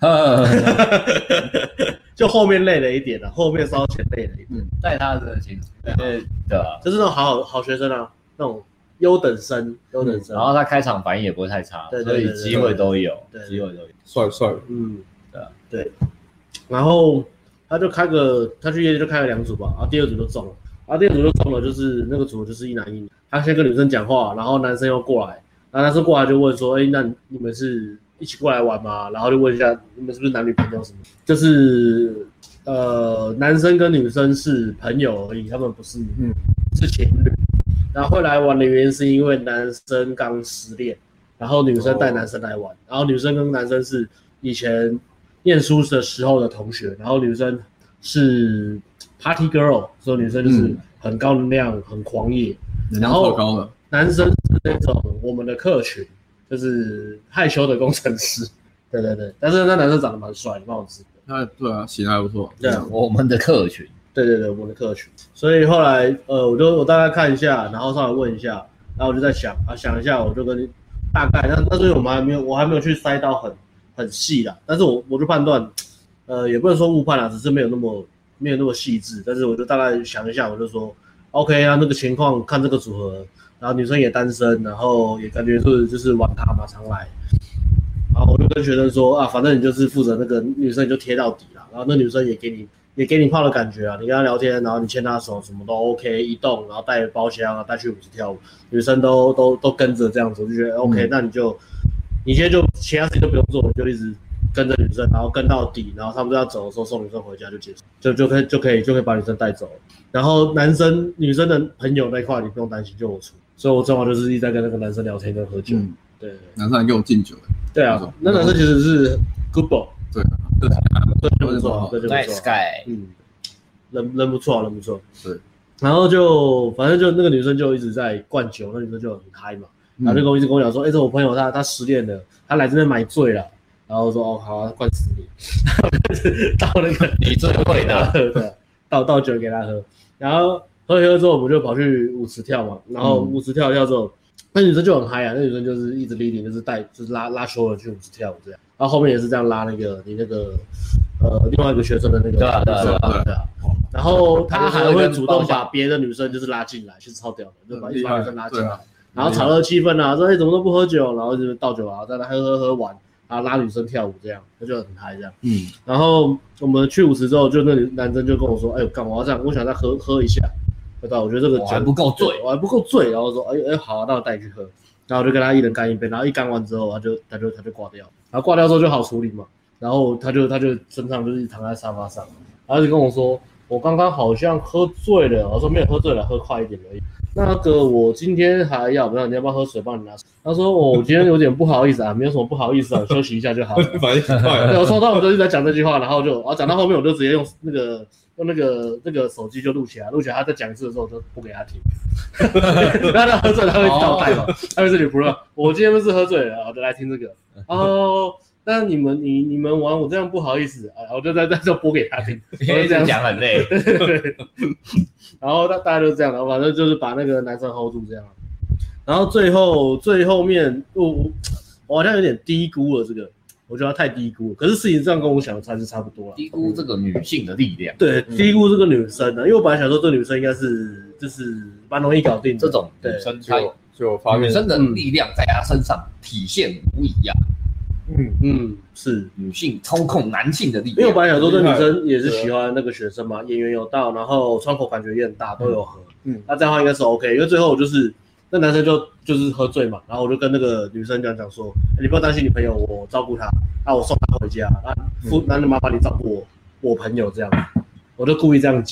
Speaker 3: 的。就后面累了一点了，后面稍前累了一点。
Speaker 2: 嗯，带他真的轻松，对对啊，
Speaker 3: 就是那种好好好学生啊，那种优等生，优等生。
Speaker 2: 然后他开场反应也不会太差，所以机会都有，机会都有。
Speaker 1: 帅帅，
Speaker 3: 嗯，对啊，对。然后他就开个，他去夜店就开了两组吧，然后第二组就中了，然后第二组就中了，就是那个组就是一男一女，他先跟女生讲话，然后男生又过来，然后男生过来就问说，哎，那你们是一起过来玩吗？然后就问一下你们是不是男女朋友什么？就是呃，男生跟女生是朋友而已，他们不是嗯是情侣。然后会来玩的原因是因为男生刚失恋，然后女生带男生来玩，然后女生跟男生是以前念书的时候的同学，然后女生是 party girl， 所以女生就是很高能量、很狂野，然后男生是那种我们的客群。就是害羞的工程师，对对对，但是那男生长得蛮帅的，蛮好吃。
Speaker 1: 他对啊，型还不错。
Speaker 2: 对啊，我们的客群，
Speaker 3: 对对对，我们的客群。所以后来呃，我就我大概看一下，然后稍微问一下，然后我就在想啊，想一下，我就跟你大概，但但是我们还没有，我还没有去筛到很很细啦。但是我我就判断，呃，也不能说误判啦，只是没有那么没有那么细致。但是我就大概想一下，我就说 ，OK 啊，那个情况看这个组合。然后女生也单身，然后也感觉是就是玩咖嘛，常来。然后我就跟学生说啊，反正你就是负责那个女生你就贴到底啦。然后那女生也给你也给你泡的感觉啊，你跟她聊天，然后你牵她手，什么都 OK， 移动，然后带包厢啊，带去舞池跳舞，女生都都都跟着这样子，我就觉得 OK，、嗯、那你就你现在就其他事情都不用做，你就一直跟着女生，然后跟到底，然后他们要走的时候送女生回家就结束，就就可以就可以就可以把女生带走了。然后男生女生的朋友那一块你不用担心，就我出。所以我正好就是一直在跟那个男生聊天跟喝酒，嗯、对，
Speaker 1: 男生还给我敬酒，
Speaker 3: 对啊，那男生其实是 good boy，
Speaker 1: 对，
Speaker 3: 这就不错，这就不错
Speaker 2: ，nice guy，
Speaker 3: 嗯，人人不错，人不错，
Speaker 1: 对，
Speaker 3: 然后就反正就那个女生就一直在灌酒，那女生就很嗨嘛，然后就跟我一直跟我讲说，哎、欸，这我朋友他他失恋了，他来这边买醉了，然后我说哦好、啊，灌死你，倒那个
Speaker 2: 你最会的，
Speaker 3: 对，倒倒酒给他喝，然后。喝一喝之后，我们就跑去舞池跳嘛，然后舞池跳一跳之后，那女生就很嗨啊，那女生就是一直 leading， 就是带就是拉拉所有人去舞池跳舞这样，然后后面也是这样拉那个你那个呃另外一个学生的那个，
Speaker 2: 对啊对啊对啊
Speaker 3: 对啊，然后他还会主动把别的女生就是拉进来，其实超屌的，就把一把女生拉进来，然后炒热气氛啊，说哎怎么都不喝酒，然后就倒酒啊，在那喝喝喝完，然后拉女生跳舞这样，他就很嗨这样，嗯，然后我们去舞池之后，就那男生就跟我说，哎干嘛要这样，我想再喝喝一下。对吧？我觉得这个
Speaker 2: 我还不够醉，
Speaker 3: 我还不够醉，然后说，哎哎，好、啊，那我带你去喝，然后我就跟他一人干一杯，然后一干完之后，他就他就他就挂掉，然后挂掉之后就好处理嘛，然后他就他就身上就是躺在沙发上，然后就跟我说，我刚刚好像喝醉了，我说没有喝醉了，喝快一点而已。那个我今天还要不要？你要不要喝水？帮你拿水。他说我、哦、今天有点不好意思啊，没有什么不好意思啊，休息一下就好了。
Speaker 1: 反应很快。
Speaker 3: 对，我从头到尾就一直在讲这句话，然后就，然后讲到后面我就直接用那个用那个那个手机就录起来，录起来他在讲一次的时候我就不给他听。然后他喝醉了他会倒带嘛，他会这里不让。我今天不是喝醉了，我就来听这个。哦。但你们你你们玩我这样不好意思啊，我就在在这播给他听，
Speaker 2: 因为这样讲很累。
Speaker 3: 对，然后大大家就这样，然后反正就是把那个男生 hold 住这样，然后最后最后面我我好像有点低估了这个，我觉得他太低估了，可是事情上跟我想的差是差不多了。
Speaker 2: 低估这个女性的力量。
Speaker 3: 对，低估这个女生的，因为我本来想说这个女生应该是就是蛮容易搞定的，
Speaker 2: 这种女生就
Speaker 1: 就发现
Speaker 2: 女生的力量在她身上体现无疑啊。
Speaker 3: 嗯嗯，是
Speaker 2: 女性操控男性的力量。
Speaker 3: 因为我本来想说，这女生也是喜欢那个学生嘛，演员有到，然后窗口感觉也很大，都有喝。嗯，那这样的话应该是 OK。因为最后我就是那男生就就是喝醉嘛，然后我就跟那个女生讲讲说，欸、你不要担心你朋友，我照顾他，那我送他回家，那夫那就麻烦你照顾我我朋友这样，我就故意这样讲。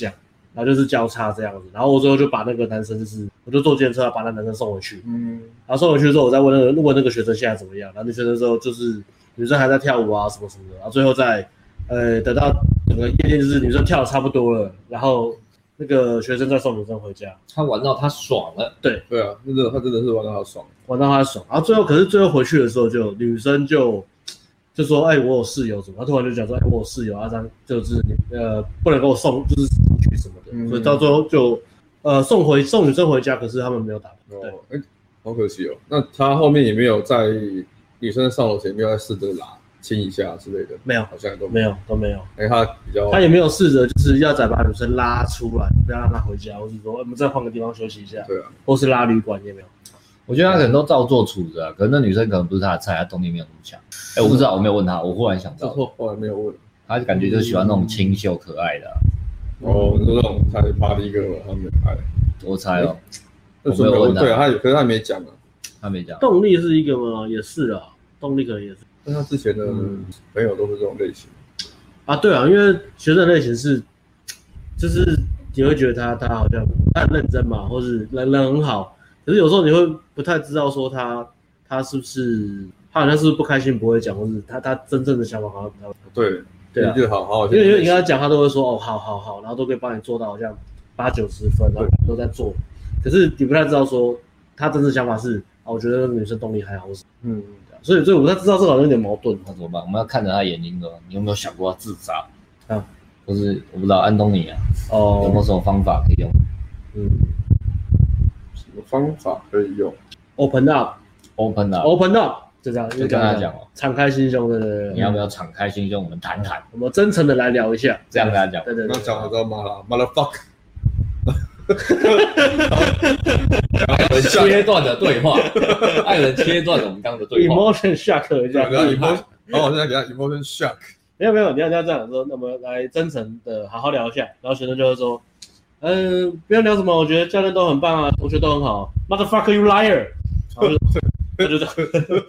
Speaker 3: 然后就是交叉这样子，然后我最后就把那个男生就是我就坐计程车把那男生送回去，嗯，然后送回去之后我再问那个问那个学生现在怎么样，然后那学生之后就是女生还在跳舞啊什么什么的，然后最后再呃等到整个夜店就是女生跳的差不多了，然后那个学生再送女生回家，
Speaker 2: 他玩到他爽了，
Speaker 3: 对
Speaker 1: 对啊，真的他真的是玩到他爽，
Speaker 3: 玩到他爽，然后最后可是最后回去的时候就女生就。就说哎、欸，我有室友怎么？他突然就讲说，哎、欸，我有室友，阿张就是呃不能给我送，就是去什么的，嗯、所以到最后就呃送回送女生回家，可是他们没有打。
Speaker 1: 哦，哎、欸，好可惜哦。那他后面也没有在女生上楼前没有在试着拉亲一下之类的，
Speaker 3: 没有，
Speaker 1: 好像都
Speaker 3: 没有都没有。
Speaker 1: 哎、欸，他比较
Speaker 3: 他也没有试着就是要再把女生拉出来，不要让她回家，或是说、欸、我们再换个地方休息一下，
Speaker 1: 对啊，
Speaker 3: 或是拉旅馆也没有。
Speaker 2: 我觉得他可能都照做处着、啊，可能那女生可能不是他的菜，他动力没有那么强。哎、欸，我不知道，我没有问他，我忽然想到，
Speaker 1: 后来没有问，
Speaker 2: 他感觉就是喜欢那种清秀可爱的、啊。
Speaker 1: 哦，你说那种太趴的一个，他没拍，
Speaker 2: 我猜哦，
Speaker 1: 我没有问他，对啊，他可是他没讲啊，
Speaker 2: 他没讲。
Speaker 3: 动力是一个吗？也是啊，动力可能也是。
Speaker 1: 但他之前的朋友都是这种类型、
Speaker 3: 嗯、啊，对啊，因为学生类型是，就是你会觉得他他好像他很认真嘛，或是人人很好。可是有时候你会不太知道说他他是不是他好像是不是不开心不会讲，或是他他真正的想法好像不太
Speaker 1: 对
Speaker 3: 对啊，
Speaker 1: 就好好，
Speaker 3: 因为因为你跟他讲，他都会说哦好好好，然后都可以帮你做到好像八九十分，然后都在做。可是你不太知道说他真正想法是啊，我觉得女生动力还好，嗯，所以所以我不太知道这个好像有点矛盾，
Speaker 2: 那怎么办？我们要看着他眼睛的，你有没有想过要自杀
Speaker 3: 啊？
Speaker 2: 或是我不知道安东尼啊，哦，有没有什么方法可以用？
Speaker 3: 嗯。
Speaker 1: 方法可以用
Speaker 3: ，open
Speaker 2: up，open
Speaker 3: up，open up， 就这样，
Speaker 2: 就跟他讲哦，
Speaker 3: 敞开心胸，对对对，
Speaker 2: 你要不要敞开心胸，我们谈谈，
Speaker 3: 我们真诚的来聊一下，
Speaker 2: 这样跟他讲，
Speaker 3: 对对对，
Speaker 1: 那讲我知道骂了，motherfuck，
Speaker 2: 切断的对话，爱人切断了我们刚刚的对话
Speaker 3: ，emotion shock 一下，
Speaker 1: 然后 emotion， 然后我现在给他 emotion shock，
Speaker 3: 没有没有，你要你要这样说，那么来真诚的好好聊一下，然后学生就会说。嗯、呃，不要聊什么，我觉得教练都很棒啊，同学都很好。Motherfucker, you liar！ 然后就，就这样，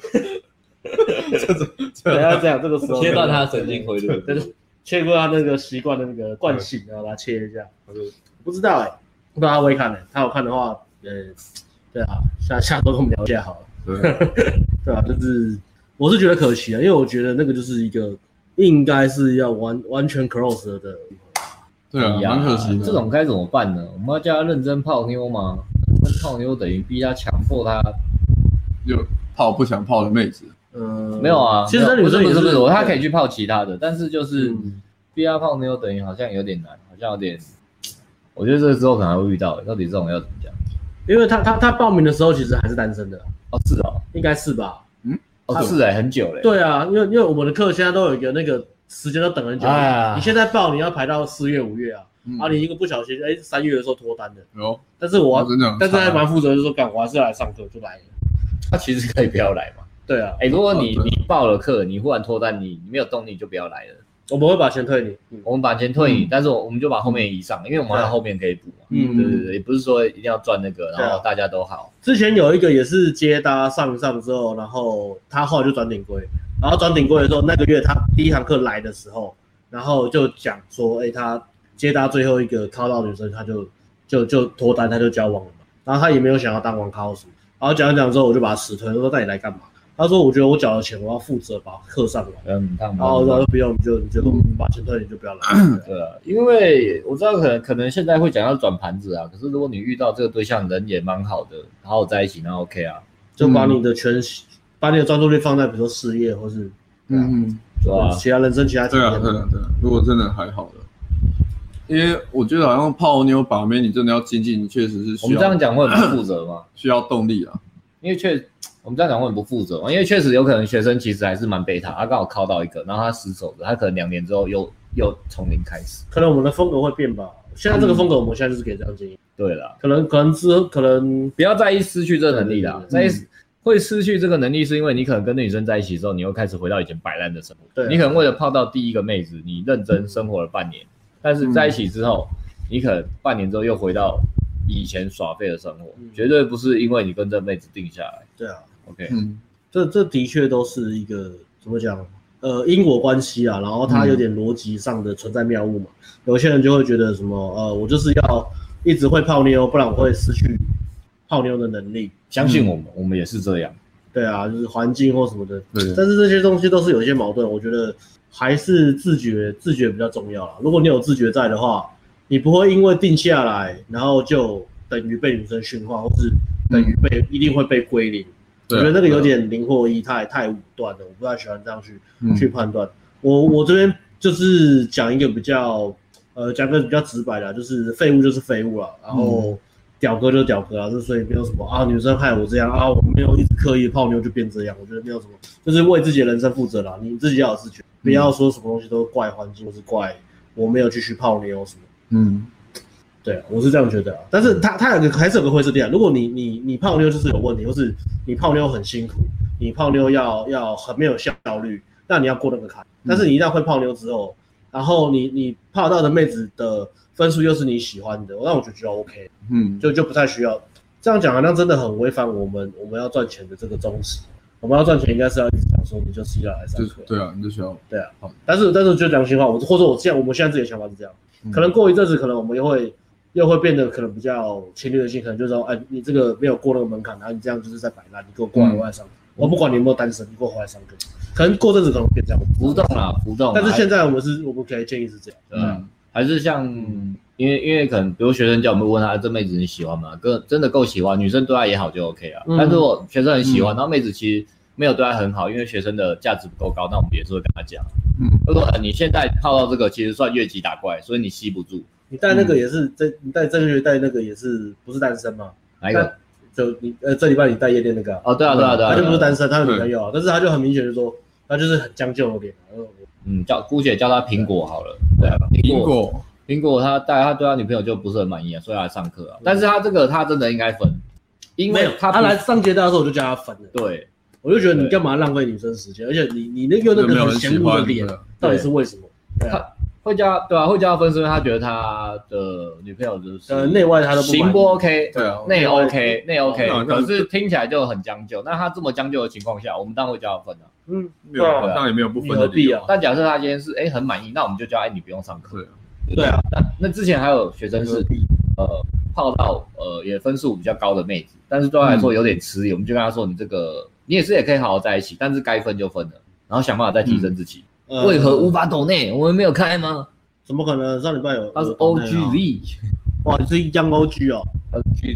Speaker 3: 对，要这样，这个时候
Speaker 2: 切断他的神经回路，
Speaker 3: 就是切过他那个习惯的那个惯性，然后把它切一下。不知道哎、欸，不知道他会看的、欸，他有看的话，呃，对啊，下下周跟我们聊一下好了。对，对啊，就是我是觉得可惜啊，因为我觉得那个就是一个应该是要完完全 close 的。
Speaker 1: 对啊，蛮可惜的。
Speaker 2: 这种该怎么办呢？我们要叫他认真泡妞吗？泡妞等于逼他强迫他，
Speaker 1: 就泡不想泡的妹子。
Speaker 2: 嗯，没有啊，
Speaker 3: 其实女生
Speaker 2: 不是不是，他可以去泡其他的，但是就是逼他泡妞等于好像有点难，好像有点，我觉得这个之后可能会遇到，到底这种要怎么讲？
Speaker 3: 因为他他他报名的时候其实还是单身的。
Speaker 2: 哦，是哦，
Speaker 3: 应该是吧？
Speaker 2: 嗯，哦是哎，很久嘞。
Speaker 3: 对啊，因为因为我们的课现在都有一个那个。时间都等很久，哎、你现在报你要排到四月五月啊，嗯、啊你一个不小心哎三月的时候脱单的，
Speaker 1: 有，
Speaker 3: 但是我、
Speaker 1: 哦、真的，
Speaker 3: 但是还蛮负责任，就说干我还是要来上课就来了，
Speaker 2: 他其实可以不要来嘛，
Speaker 3: 对啊，
Speaker 2: 哎、欸、如果你、哦、你报了课，你忽然脱单，你你没有动力就不要来了，
Speaker 3: 我们会把钱退你，
Speaker 2: 嗯、我们把钱退你，嗯、但是我们就把后面移上，因为我们还有后面可以补嘛，嗯对对对，也不是说一定要赚那个，然后大家都好。
Speaker 3: 之前有一个也是接搭上上之后，然后他后来就转顶规，然后转顶规的时候那个月他第一堂课来的时候。然后就讲说，哎、欸，他接搭最后一个靠到女生，他就就就脱单，他就交往了嘛。然后他也没有想要当网咖什么。然后讲一讲之后，我就把他辞退，我说那你来干嘛？他说我觉得我缴了钱，我要负责把课上完。
Speaker 2: 嗯，然
Speaker 3: 后我说不用，你就你就把钱退，你就不要来。
Speaker 2: 对啊，因为我知道可能可能现在会讲要转盘子啊，可是如果你遇到这个对象人也蛮好的，好好在一起，那 OK 啊，
Speaker 3: 就把你的全、嗯、把你的专注力放在比如说事业或是
Speaker 1: 嗯。
Speaker 2: 对啊，
Speaker 3: 其他人生其他体验。
Speaker 1: 对啊，对啊，对啊。如果真的还好的，因为我觉得好像泡妞把妹，你真的要精进，你确实是需要。
Speaker 2: 我们这样讲会很不负责吗？
Speaker 1: 需要动力啊，
Speaker 2: 因为确我们这样讲会很不负责嘛，因为确实有可能学生其实还是蛮贝塔，他刚好考到一个，然后他失手的，他可能两年之后又又从零开始。
Speaker 3: 可能我们的风格会变吧。现在这个风格，我们现在就是可以这样建议。
Speaker 2: 对啦，
Speaker 3: 可能可能之后可能
Speaker 2: 不要在意失去这个能力啦，在意。会失去这个能力，是因为你可能跟那女生在一起之后，你又开始回到以前摆烂的生活。
Speaker 3: 对、啊，
Speaker 2: 你可能为了泡到第一个妹子，你认真生活了半年，但是在一起之后，嗯、你可能半年之后又回到以前耍废的生活，嗯、绝对不是因为你跟这妹子定下来。
Speaker 3: 对啊
Speaker 2: ，OK，
Speaker 3: 嗯，这这的确都是一个怎么讲， 呃因果关系啊，然后它有点逻辑上的存在谬误嘛。嗯、有些人就会觉得什么呃，我就是要一直会泡妞，不然我会失去泡妞的能力。
Speaker 2: 相信我们，嗯、我们也是这样。
Speaker 3: 对啊，就是环境或什么的。对。但是这些东西都是有一些矛盾，我觉得还是自觉，自觉比较重要啦。如果你有自觉在的话，你不会因为定下来，然后就等于被女生驯化，或是等于被、嗯、一定会被归零。我觉得那个有点零或一，太太武断了，我不太喜欢这样去、嗯、去判断。我我这边就是讲一个比较，呃，讲个比较直白的，就是废物就是废物啦，然后。嗯屌哥就屌哥啊，所以没有什么啊，女生害我这样啊，我没有一直刻意泡妞就变这样，我觉得没有什么，就是为自己的人生负责啦，你自己要有自觉，不要说什么东西都怪环境或是怪我没有继续泡妞什么。嗯，对啊，我是这样觉得啊。但是他他有个还是有个灰色地带，如果你你你泡妞就是有问题，或是你泡妞很辛苦，你泡妞要要很没有效率，那你要过那个坎。但是你一旦会泡妞之后，然后你你泡到的妹子的分数又是你喜欢的，那我就觉得 OK， 嗯，就就不太需要这样讲，好像真的很违反我们我们要赚钱的这个宗旨。我们要赚钱应该是要一直讲说，你就是要来上课，
Speaker 1: 对啊，你就需要，
Speaker 3: 对啊。但是但是就良心话，我或者我现在我们现在自己的想法是这样，嗯、可能过一阵子，可能我们又会又会变得可能比较侵略性，可能就是说，哎，你这个没有过那个门槛，然后你这样就是在摆烂，你给我过来我来上课，嗯、我不管你有没有单身，你给我回来上课。可能过阵子可能变这样，
Speaker 2: 浮动啦，浮动。
Speaker 3: 但是现在我们是我们可以建议是这样，
Speaker 2: 对啊。还是像，因为因为可能，比如学生叫我们问他这妹子你喜欢吗？跟真的够喜欢，女生对他也好就 OK 啊。嗯、但是如果学生很喜欢，嗯、然后妹子其实没有对他很好，因为学生的价值不够高，那我们也是会跟他讲。嗯，如果你现在泡到这个，其实算越级打怪，所以你吸不住。
Speaker 3: 你带那个也是，这、嗯、你带这个月带那个也是不是单身吗？
Speaker 2: 哪一个？
Speaker 3: 就你呃这礼拜你带夜店那个、啊？
Speaker 2: 哦，对啊对啊对啊，
Speaker 3: 他就不是单身，他有女朋友啊，但是他就很明显的说，他就是很将就的脸。
Speaker 2: 嗯，叫姑且叫他苹果好了。对啊，
Speaker 1: 苹果。
Speaker 2: 苹果他带他对他女朋友就不是很满意啊，所以他来上课啊。但是他这个他真的应该分，因为他
Speaker 3: 他来上节大的时候我就叫他分了。
Speaker 2: 对，
Speaker 3: 我就觉得你干嘛浪费女生时间？而且你你那用那个很嫌恶的脸，到底是为什么？
Speaker 2: 他会叫对啊，会叫他分是因为他觉得他的女朋友就是
Speaker 3: 呃内外他都不
Speaker 2: 行不 OK， 对啊，内 OK 内 OK， 可是听起来就很将就。那他这么将就的情况下，我们当然会叫他分啊。
Speaker 1: 嗯，对啊，当然也没有不分的理由。
Speaker 2: 但假设他今天是哎很满意，那我们就叫哎你不用上课。
Speaker 3: 对啊，
Speaker 2: 那那之前还有学生是呃泡到呃也分数比较高的妹子，但是对他来说有点吃力，嗯、我们就跟他说你这个你也是也可以好好在一起，但是该分就分了，然后想办法再提升自己。嗯、为何无法抖内？我们没有开吗？
Speaker 3: 怎么可能？上礼拜有，
Speaker 2: 他是 O G L，
Speaker 3: 哇，你是央 O G 哦
Speaker 2: ，O G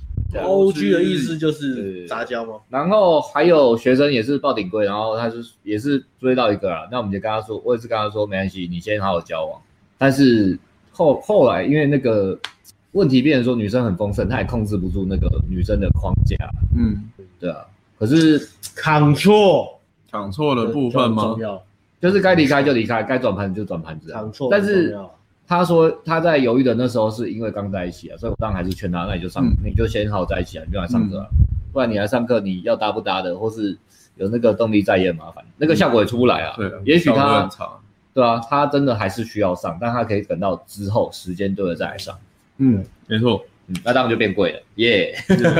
Speaker 2: L，O
Speaker 3: G 的意思就是杂交吗？
Speaker 2: 然后还有学生也是报顶规，然后他是也是追到一个啦，那我们就跟他说，我也是跟他说没关系，你先好好交往。但是后后来因为那个问题变成说女生很丰盛，他也控制不住那个女生的框架，嗯，对啊。可是
Speaker 3: 扛错
Speaker 1: 扛错的部分吗？
Speaker 2: 就是该离开就离开，该转盘子就转盘子、啊。
Speaker 3: 扛错，
Speaker 2: 但是他说他在犹豫的那时候是因为刚在一起啊，所以我当然还是劝他，那你就上，嗯、你就先好好在一起啊，你就来上课啊，嗯、不然你来上课你要搭不搭的，或是有那个动力在也很麻烦，那个效果也出不来啊。
Speaker 1: 对、
Speaker 2: 嗯，也许他。对啊，他真的还是需要上，但他可以等到之后时间对了再来上。
Speaker 1: 嗯，没错，
Speaker 2: 嗯，那当然就变贵了，耶、yeah ，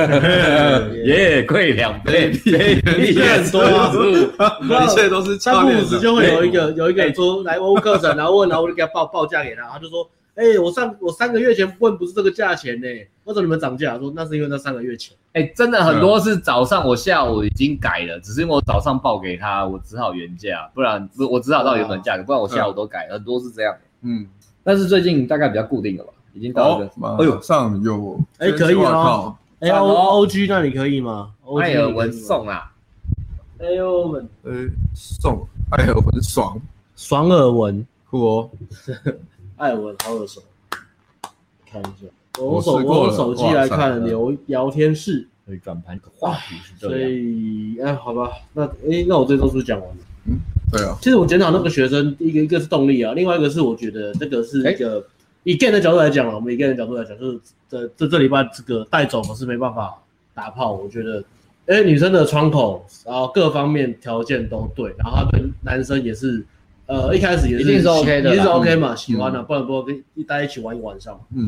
Speaker 2: 耶，贵两倍，
Speaker 3: 利息很多啊，
Speaker 1: 一切都是
Speaker 3: 三不五时就会有一个有一个人说来欧课程，然后问，然后我就给他报报价给他，他就说，哎、欸，我上我三个月前问不是这个价钱呢、欸，为什么你们涨价？说那是因为那三个月前。
Speaker 2: 哎、欸，真的很多是早上我下午已经改了，只是因为我早上报给他，我只好原价，不然我只好到原本价格，不然我下午都改了，很多是这样的。嗯，但是最近大概比较固定了吧，已经到一个。
Speaker 1: 哦、哎呦，上有
Speaker 3: 哎、欸、可以哦。哎 O O G 那你可以吗？
Speaker 2: 艾尔文送啊。
Speaker 3: 哎呦文，
Speaker 1: 呃送艾尔文爽
Speaker 3: 爽耳文
Speaker 1: 酷哦，
Speaker 3: 艾尔文好耳熟，看一下。我手我手机来看聊聊天室，
Speaker 2: 所以转盘话题是这样。
Speaker 3: 所以哎，好吧，那哎，那我这都是讲完了。
Speaker 1: 嗯，对啊。
Speaker 3: 其实我检讨那个学生，一个一个是动力啊，另外一个是我觉得这个是一个、欸、以 gay 的角度来讲啊，我们以 gay 的角度来讲，就是这这这礼拜这个带走我是没办法打炮，我觉得，哎，女生的窗口，然后各方面条件都对，然后他对男生也是。呃，一开始也是
Speaker 2: 一定是 OK 的，
Speaker 3: 一定是 OK 嘛，嗯、喜欢的、啊，不然不跟一待一起玩一晚上。嗯，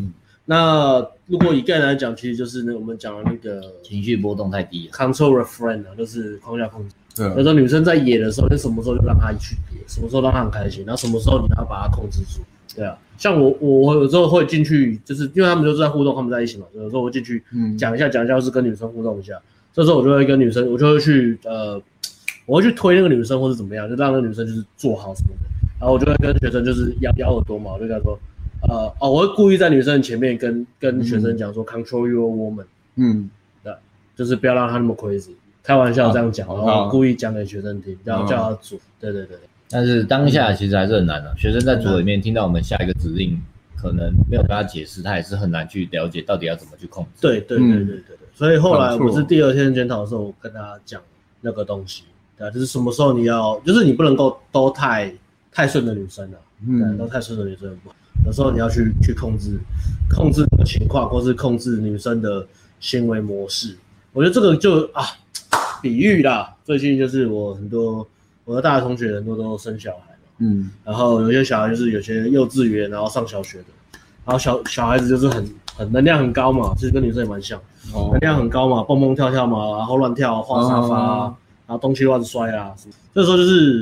Speaker 3: 那如果以 gay 来讲，其实就是那我们讲的那个
Speaker 2: 情绪波动太低了
Speaker 3: ，control refrain 啊，就是框架控制。有时候女生在野的时候，就什么时候就让她去野，什么时候让她很开心，然后什么时候你要把她控制住。对啊，像我我我有时候会进去，就是因为他们就是在互动，他们在一起嘛，有时候我会进去讲一下讲一下，或是跟女生互动一下。这时候我就会跟女生，我就会去呃，我会去推那个女生或是怎么样，就让那个女生就是做好什么的。然后我就会跟学生就是咬咬耳朵嘛，我就跟他说，呃哦，我会故意在女生前面跟跟学生讲说、嗯、，control your woman， 嗯，对，就是不要让她那么 crazy， 开玩笑这样讲，然后故意讲给学生听，叫叫他做，对对对。但
Speaker 2: 是当下其实还是很难的、啊，学生在组里面听到我们下一个指令，可能没有跟他解释，他也是很难去了解到底要怎么去控制。
Speaker 3: 对对对对对对，所以后来我是第二天检讨的时候，我跟他讲那个东西，对、啊，就是什么时候你要，就是你不能够都太。太顺的女生了、啊，嗯，都太顺的女生不好。有时候你要去去控制，控制那个情况，或是控制女生的行为模式。我觉得这个就啊，比喻啦。最近就是我很多我的大学同学很多都生小孩嘛，嗯，然后有些小孩就是有些幼稚园，然后上小学的，然后小小孩子就是很很能量很高嘛，其实跟女生也蛮像，哦、能量很高嘛，蹦蹦跳跳嘛，然后乱跳、画沙发、啊哦，然后东西乱摔啊，这时候就是。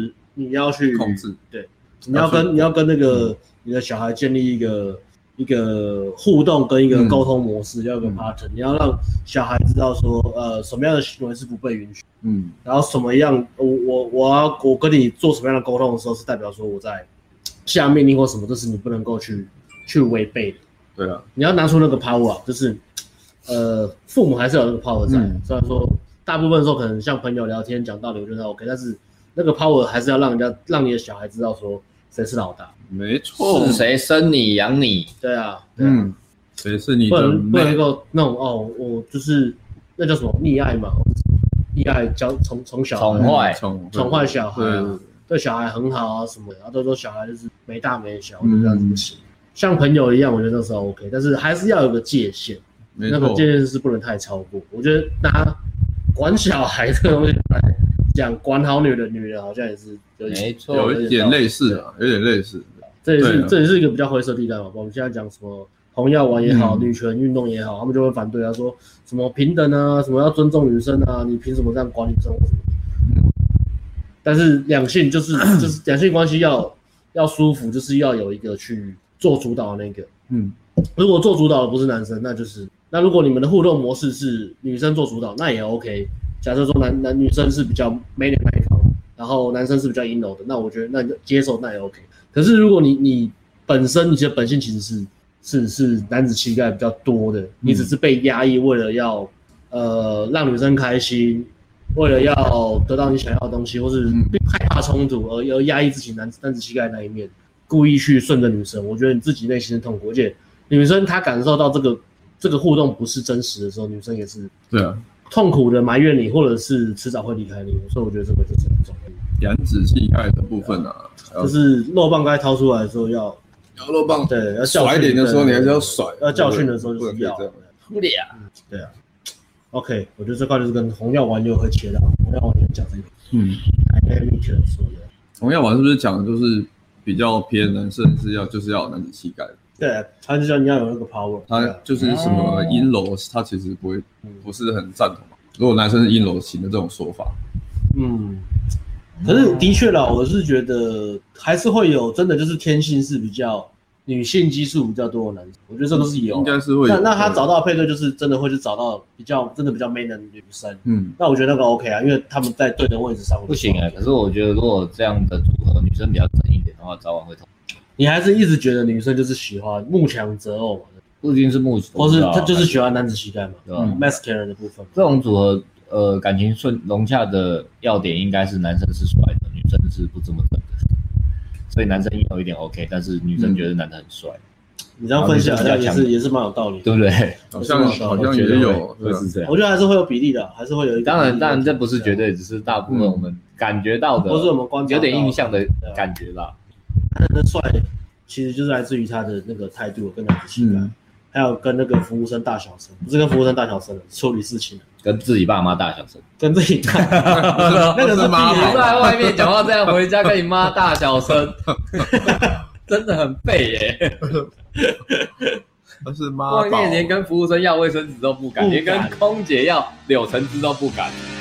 Speaker 3: 你要去
Speaker 1: 控制，
Speaker 3: 对，你要跟你要跟那个、嗯、你的小孩建立一个一个互动跟一个沟通模式，嗯、要有个 pattern，、嗯、你要让小孩知道说，呃，什么样的行为是不被允许，嗯，然后什么样，我我我要我跟你做什么样的沟通的时候，是代表说我在下命令或什么，这是你不能够去去违背的，
Speaker 1: 对啊，
Speaker 3: 你要拿出那个 power， 就是，呃，父母还是有那个 power 在，嗯、虽然说大部分时候可能像朋友聊天讲道理，我觉得 OK， 但是。那个 power 还是要让人家让你的小孩知道说谁是老大，
Speaker 1: 没错，
Speaker 2: 是谁生你养你，
Speaker 3: 对啊，对啊嗯，
Speaker 1: 谁是你的，
Speaker 3: 不能不能够那种哦，我就是那叫什么溺爱嘛，溺爱教从从小
Speaker 2: 宠坏
Speaker 3: 宠宠坏小孩、啊，对小孩很好啊什么的，然后都说小孩就是没大没小，我就这样子不行、嗯，像朋友一样，我觉得那时候 OK， 但是还是要有个界限，那个界限是不能太超过。我觉得拿管小孩这个东西来。讲管好女人，女人好像也是有
Speaker 2: 没错，
Speaker 1: 有一点类似啊，有点类似。
Speaker 3: 这也是这也是一个比较灰色地带嘛。我们现在讲什么红药丸也好、嗯，女权运动也好，他们就会反对啊，说什么平等啊，什么要尊重女生啊，你凭什么这样管女生？嗯、但是两性就是就是两性关系要要舒服，就是要有一个去做主导的那个。嗯，如果做主导的不是男生，那就是那如果你们的互动模式是女生做主导，那也 OK。假设说男男女生是比较 man 的那一方，然后男生是比较阴柔的，那我觉得那你就接受那也 OK。可是如果你你本身你的本性其实是是是男子气概比较多的，你只是被压抑，为了要呃让女生开心，为了要得到你想要的东西，或是害怕冲突而而压抑自己男男子气概那一面，故意去顺着女生，我觉得你自己内心是痛苦，而且女生她感受到这个这个互动不是真实的时候，女生也是
Speaker 1: 对啊。
Speaker 3: 痛苦的埋怨你，或者是迟早会离开你，所以我觉得这个就是很重要。
Speaker 1: 阳子气概的部分啊，
Speaker 3: 就是肉棒该掏出来的时候要，
Speaker 1: 要肉棒，
Speaker 3: 对，要
Speaker 1: 甩一点的时候你还是要甩，
Speaker 3: 要教训的时候就是要，
Speaker 2: 不了，
Speaker 3: 对啊。OK， 我觉得这块就是跟红药丸又会切到，红药丸就讲这个，嗯 ，dynamic 说的。
Speaker 1: 红药丸是不是讲的就是比较偏男生是要就是要有男子气概的？
Speaker 3: 对，他就叫你要有那个 power，
Speaker 1: 他就是什么阴柔，他其实不会不是很赞同嘛。如果男生是阴柔型的这种说法，
Speaker 3: 嗯，可是的确啦，我是觉得还是会有真的就是天性是比较女性基数比较多的男生，我觉得这个是有，
Speaker 1: 应该是会有。
Speaker 3: 那那他找到配对就是真的会去找到比较真的比较 man 的女生，嗯，那我觉得那个 OK 啊，因为他们在对的位置上
Speaker 2: 不行啊。可是我觉得如果这样的组合女生比较整一点的话，早晚会痛。
Speaker 3: 你还是一直觉得女生就是喜欢慕强择偶嘛？
Speaker 2: 不一定是慕，
Speaker 3: 或是她就是喜欢男子气概嘛？对吧、嗯、？masculine 的部分，
Speaker 2: 这种组合，呃，感情顺融洽的要点应该是男生是帅的，女生是不这么正的，所以男生有一点 OK， 但是女生觉得男的很帅。
Speaker 3: 嗯、你这样分析好像也是也是蛮有道理的，
Speaker 2: 对不对？
Speaker 1: 好像好像也有
Speaker 2: 会是这样。
Speaker 3: 我觉得还是会有比例的，还是会有一个。
Speaker 2: 当然，当然这不是绝对，只是大部分我们感觉到的，
Speaker 3: 或是我们观察
Speaker 2: 有点印象的感觉吧。
Speaker 3: 男的帅。其实就是来自于他的那个态度跟男子气概、嗯，还有跟那个服务生大小声，不是跟服务生大小声的处理事情，
Speaker 2: 跟自己爸妈大小声，
Speaker 3: 跟自己大，那个是
Speaker 2: 妈妈在外面讲话这样，回家跟你妈大小声，真的很废耶。
Speaker 1: 我是妈宝。
Speaker 2: 外面连跟服务生要卫生纸都不敢，连跟空姐要柳橙汁都不敢。